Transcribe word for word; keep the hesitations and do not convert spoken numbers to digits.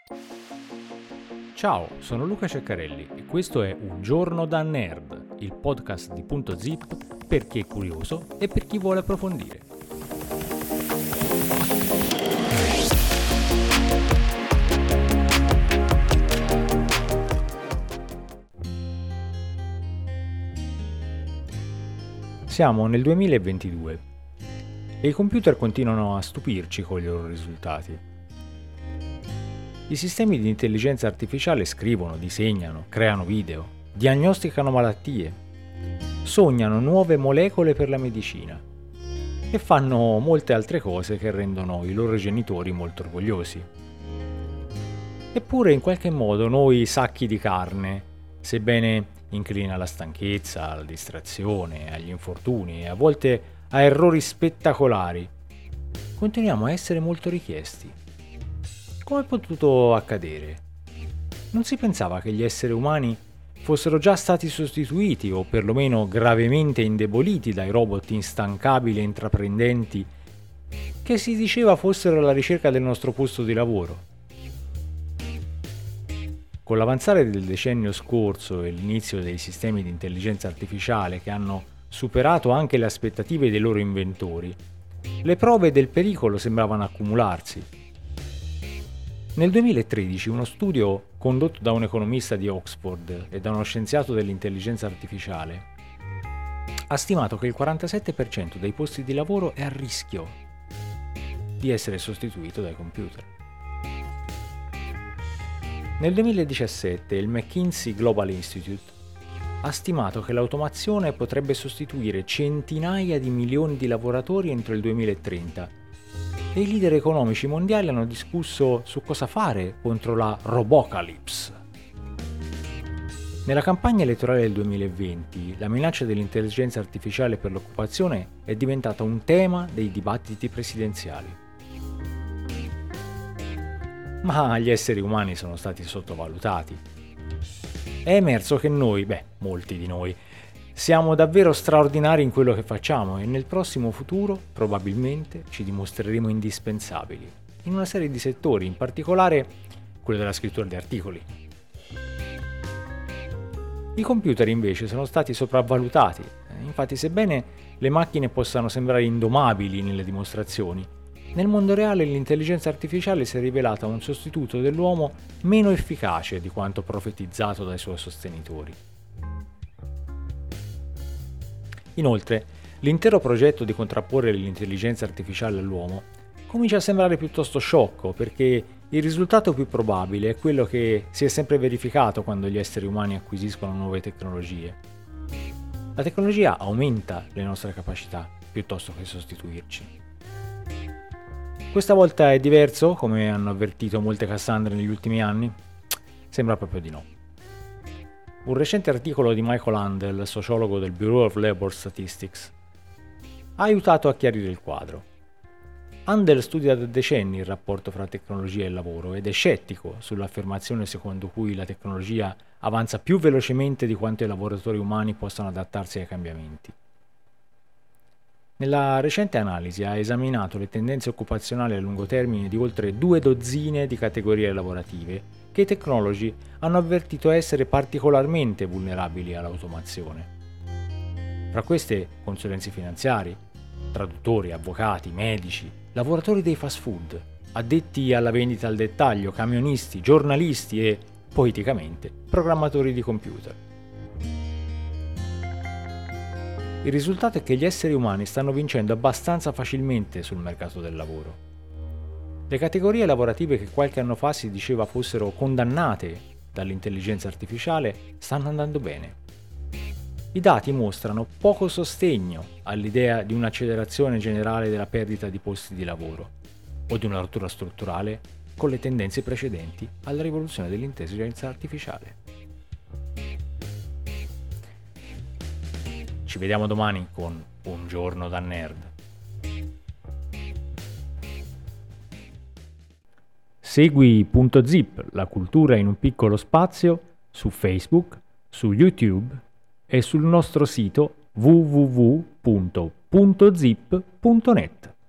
Ciao, sono Luca Ceccarelli e questo è Un giorno da nerd, il podcast di Punto Zip per chi è curioso e per chi vuole approfondire. Siamo nel duemilaventidue e i computer continuano a stupirci con i loro risultati. I sistemi di intelligenza artificiale scrivono, disegnano, creano video, diagnosticano malattie, sognano nuove molecole per la medicina e fanno molte altre cose che rendono i loro genitori molto orgogliosi. Eppure in qualche modo noi sacchi di carne, sebbene inclini alla stanchezza, alla distrazione, agli infortuni e a volte a errori spettacolari, continuiamo a essere molto richiesti. Come è potuto accadere? Non si pensava che gli esseri umani fossero già stati sostituiti o perlomeno gravemente indeboliti dai robot instancabili e intraprendenti che si diceva fossero alla ricerca del nostro posto di lavoro. Con l'avanzare del decennio scorso e l'inizio dei sistemi di intelligenza artificiale che hanno superato anche le aspettative dei loro inventori, le prove del pericolo sembravano accumularsi. Nel duemilatredici uno studio condotto da un economista di Oxford e da uno scienziato dell'intelligenza artificiale ha stimato che il quarantasette per cento dei posti di lavoro è a rischio di essere sostituito dai computer. Nel duemiladiciassette il McKinsey Global Institute ha stimato che l'automazione potrebbe sostituire centinaia di milioni di lavoratori entro il duemilatrenta. E i leader economici mondiali hanno discusso su cosa fare contro la robocalypse. Nella campagna elettorale del duemilaventi, la minaccia dell'intelligenza artificiale per l'occupazione è diventata un tema dei dibattiti presidenziali. Ma gli esseri umani sono stati sottovalutati. È emerso che noi, beh, molti di noi, siamo davvero straordinari in quello che facciamo e nel prossimo futuro probabilmente ci dimostreremo indispensabili in una serie di settori, in particolare quello della scrittura di articoli. I computer invece sono stati sopravvalutati, infatti sebbene le macchine possano sembrare indomabili nelle dimostrazioni, nel mondo reale l'intelligenza artificiale si è rivelata un sostituto dell'uomo meno efficace di quanto profetizzato dai suoi sostenitori. Inoltre, l'intero progetto di contrapporre l'intelligenza artificiale all'uomo comincia a sembrare piuttosto sciocco perché il risultato più probabile è quello che si è sempre verificato quando gli esseri umani acquisiscono nuove tecnologie. La tecnologia aumenta le nostre capacità piuttosto che sostituirci. Questa volta è diverso, come hanno avvertito molte Cassandre negli ultimi anni? Sembra proprio di no. Un recente articolo di Michael Handel, sociologo del Bureau of Labor Statistics, ha aiutato a chiarire il quadro. Handel studia da decenni il rapporto fra tecnologia e lavoro ed è scettico sull'affermazione secondo cui la tecnologia avanza più velocemente di quanto i lavoratori umani possano adattarsi ai cambiamenti. Nella recente analisi ha esaminato le tendenze occupazionali a lungo termine di oltre due dozzine di categorie lavorative che i tecnologi hanno avvertito essere particolarmente vulnerabili all'automazione. Fra queste consulenzi finanziari, traduttori, avvocati, medici, lavoratori dei fast food, addetti alla vendita al dettaglio, camionisti, giornalisti e, poeticamente, programmatori di computer. Il risultato è che gli esseri umani stanno vincendo abbastanza facilmente sul mercato del lavoro. Le categorie lavorative che qualche anno fa si diceva fossero condannate dall'intelligenza artificiale stanno andando bene. I dati mostrano poco sostegno all'idea di un'accelerazione generale della perdita di posti di lavoro o di una rottura strutturale con le tendenze precedenti alla rivoluzione dell'intelligenza artificiale. Ci vediamo domani con Un giorno da nerd. Segui Punto Zip, la cultura in un piccolo spazio, su Facebook, su YouTube e sul nostro sito w w w punto punto zip punto net.